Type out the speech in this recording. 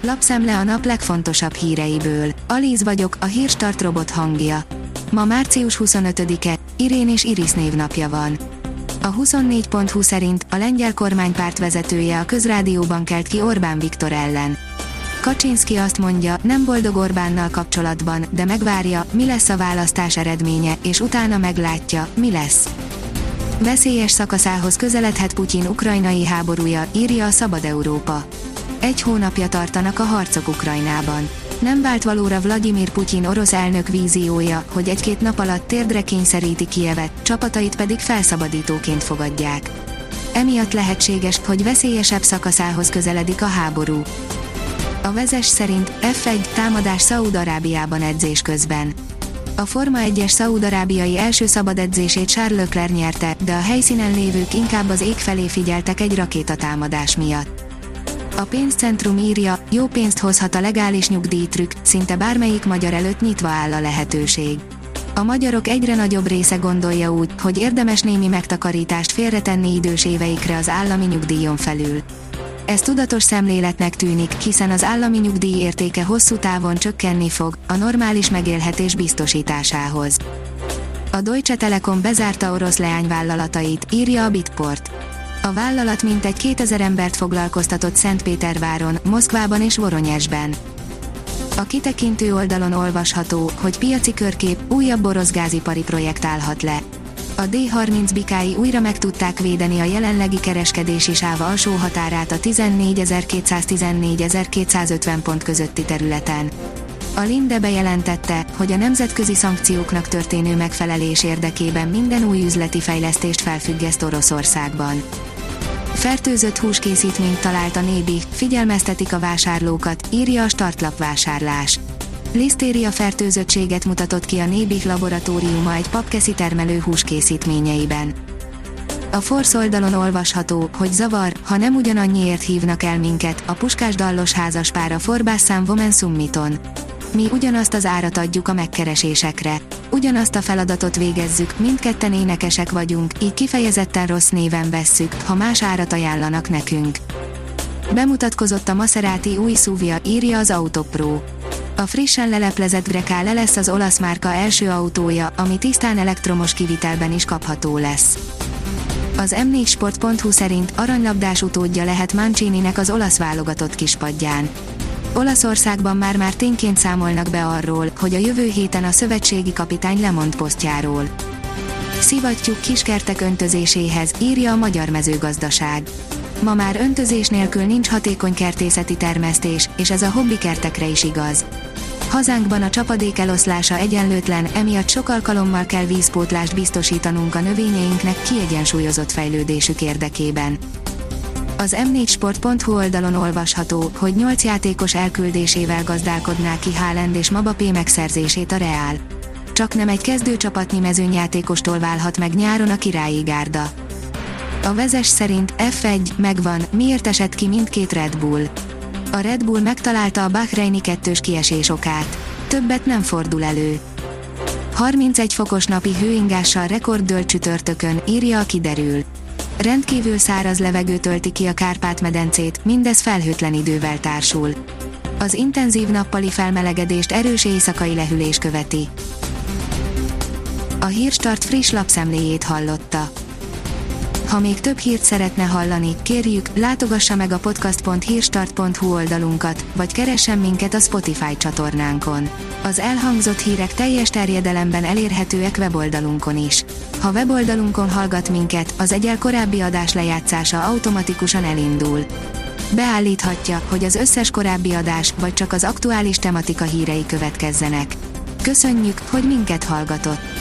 Lapszemle a nap legfontosabb híreiből. Alíz vagyok, a Hírstart robot hangja. Ma március 25-e, Irén és Iris névnapja van. A 24.20 szerint a lengyel kormánypárt vezetője a közrádióban kelt ki Orbán Viktor ellen. Kaczynszki azt mondja, nem boldog Orbánnal kapcsolatban, de megvárja, mi lesz a választás eredménye, és utána meglátja, mi lesz. Veszélyes szakaszához közeledhet Putyin ukrajnai háborúja, írja a Szabad Európa. 1 hónapja tartanak a harcok Ukrajnában. Nem vált valóra Vladimir Putyin orosz elnök víziója, hogy 1-2 nap alatt térdre kényszeríti Kijevet, csapatait pedig felszabadítóként fogadják. Emiatt lehetséges, hogy veszélyesebb szakaszához közeledik a háború. A Vezes szerint F1 támadás Szaúd-Arábiában edzés közben. A Forma 1-es szaúd-arábiai első szabad edzését Charles Leclerc nyerte, de a helyszínen lévők inkább az ég felé figyeltek egy rakétatámadás miatt. A Pénzcentrum írja, jó pénzt hozhat a legális nyugdíjtrükk, szinte bármelyik magyar előtt nyitva áll a lehetőség. A magyarok egyre nagyobb része gondolja úgy, hogy érdemes némi megtakarítást félretenni idős éveikre az állami nyugdíjon felül. Ez tudatos szemléletnek tűnik, hiszen az állami nyugdíj értéke hosszú távon csökkenni fog, a normális megélhetés biztosításához. A Deutsche Telekom bezárta orosz leányvállalatait, írja a Bitport. A vállalat mintegy 2000 embert foglalkoztatott Szentpéterváron, Moszkvában és Voronyezsben. A kitekintő oldalon olvasható, hogy piaci körkép, újabb orosz gázipari projekt állhat le. A D30 bikái újra meg tudták védeni a jelenlegi kereskedési sáv alsó határát a 14.200-14.250 pont közötti területen. A Linde bejelentette, hogy a nemzetközi szankcióknak történő megfelelés érdekében minden új üzleti fejlesztést felfüggeszt Oroszországban. Fertőzött húskészítményt talált a Nébi, figyelmeztetik a vásárlókat, írja a Startlap vásárlás. Lisztéria fertőzöttséget mutatott ki a Nébi laboratóriuma egy papkeszi termelő húskészítményeiben. A Force oldalon olvasható, hogy zavar, ha nem ugyanannyiért hívnak el minket, a Puskás Dallos házaspár a Forbes Women Summiton. Mi ugyanazt az árat adjuk a megkeresésekre. Ugyanazt a feladatot végezzük, mindketten énekesek vagyunk, így kifejezetten rossz néven vesszük, ha más árat ajánlanak nekünk. Bemutatkozott a Maserati új SUV-ja, írja az Autopro. A frissen leleplezett Grecale lesz az olasz márka első autója, ami tisztán elektromos kivitelben is kapható lesz. Az m4sport.hu szerint aranylabdás utódja lehet Mancininek az olasz válogatott kispadján. Olaszországban már tényként számolnak be arról, hogy a jövő héten a szövetségi kapitány lemond posztjáról. Szivattyúk kiskertek öntözéséhez, írja a Magyar Mezőgazdaság. Ma már öntözés nélkül nincs hatékony kertészeti termesztés, és ez a hobbikertekre is igaz. Hazánkban a csapadék eloszlása egyenlőtlen, emiatt sok alkalommal kell vízpótlást biztosítanunk a növényeinknek kiegyensúlyozott fejlődésük érdekében. Az m4sport.hu oldalon olvasható, hogy 8 játékos elküldésével gazdálkodná ki Haaland és Mbappé megszerzését a Real. Csak nem egy kezdőcsapatnyi mezőnyjátékostól válhat meg nyáron a királyi gárda. A Vezes szerint F1 megvan, miért esett ki mindkét Red Bull. A Red Bull megtalálta a bahreini 2-s kiesés okát. Többet nem fordul elő. 31 fokos napi hőingással rekorddölt csütörtökön, írja a Kiderül. Rendkívül száraz levegő tölti ki a Kárpát-medencét, mindez felhőtlen idővel társul. Az intenzív nappali felmelegedést erős éjszakai lehűlés követi. A Hírstart friss lapszemléjét hallotta. Ha még több hírt szeretne hallani, kérjük, látogassa meg a podcast.hírstart.hu oldalunkat, vagy keressen minket a Spotify csatornánkon. Az elhangzott hírek teljes terjedelemben elérhetőek weboldalunkon is. Ha weboldalunkon hallgat minket, az egyel korábbi adás lejátszása automatikusan elindul. Beállíthatja, hogy az összes korábbi adás, vagy csak az aktuális tematika hírei következzenek. Köszönjük, hogy minket hallgatott!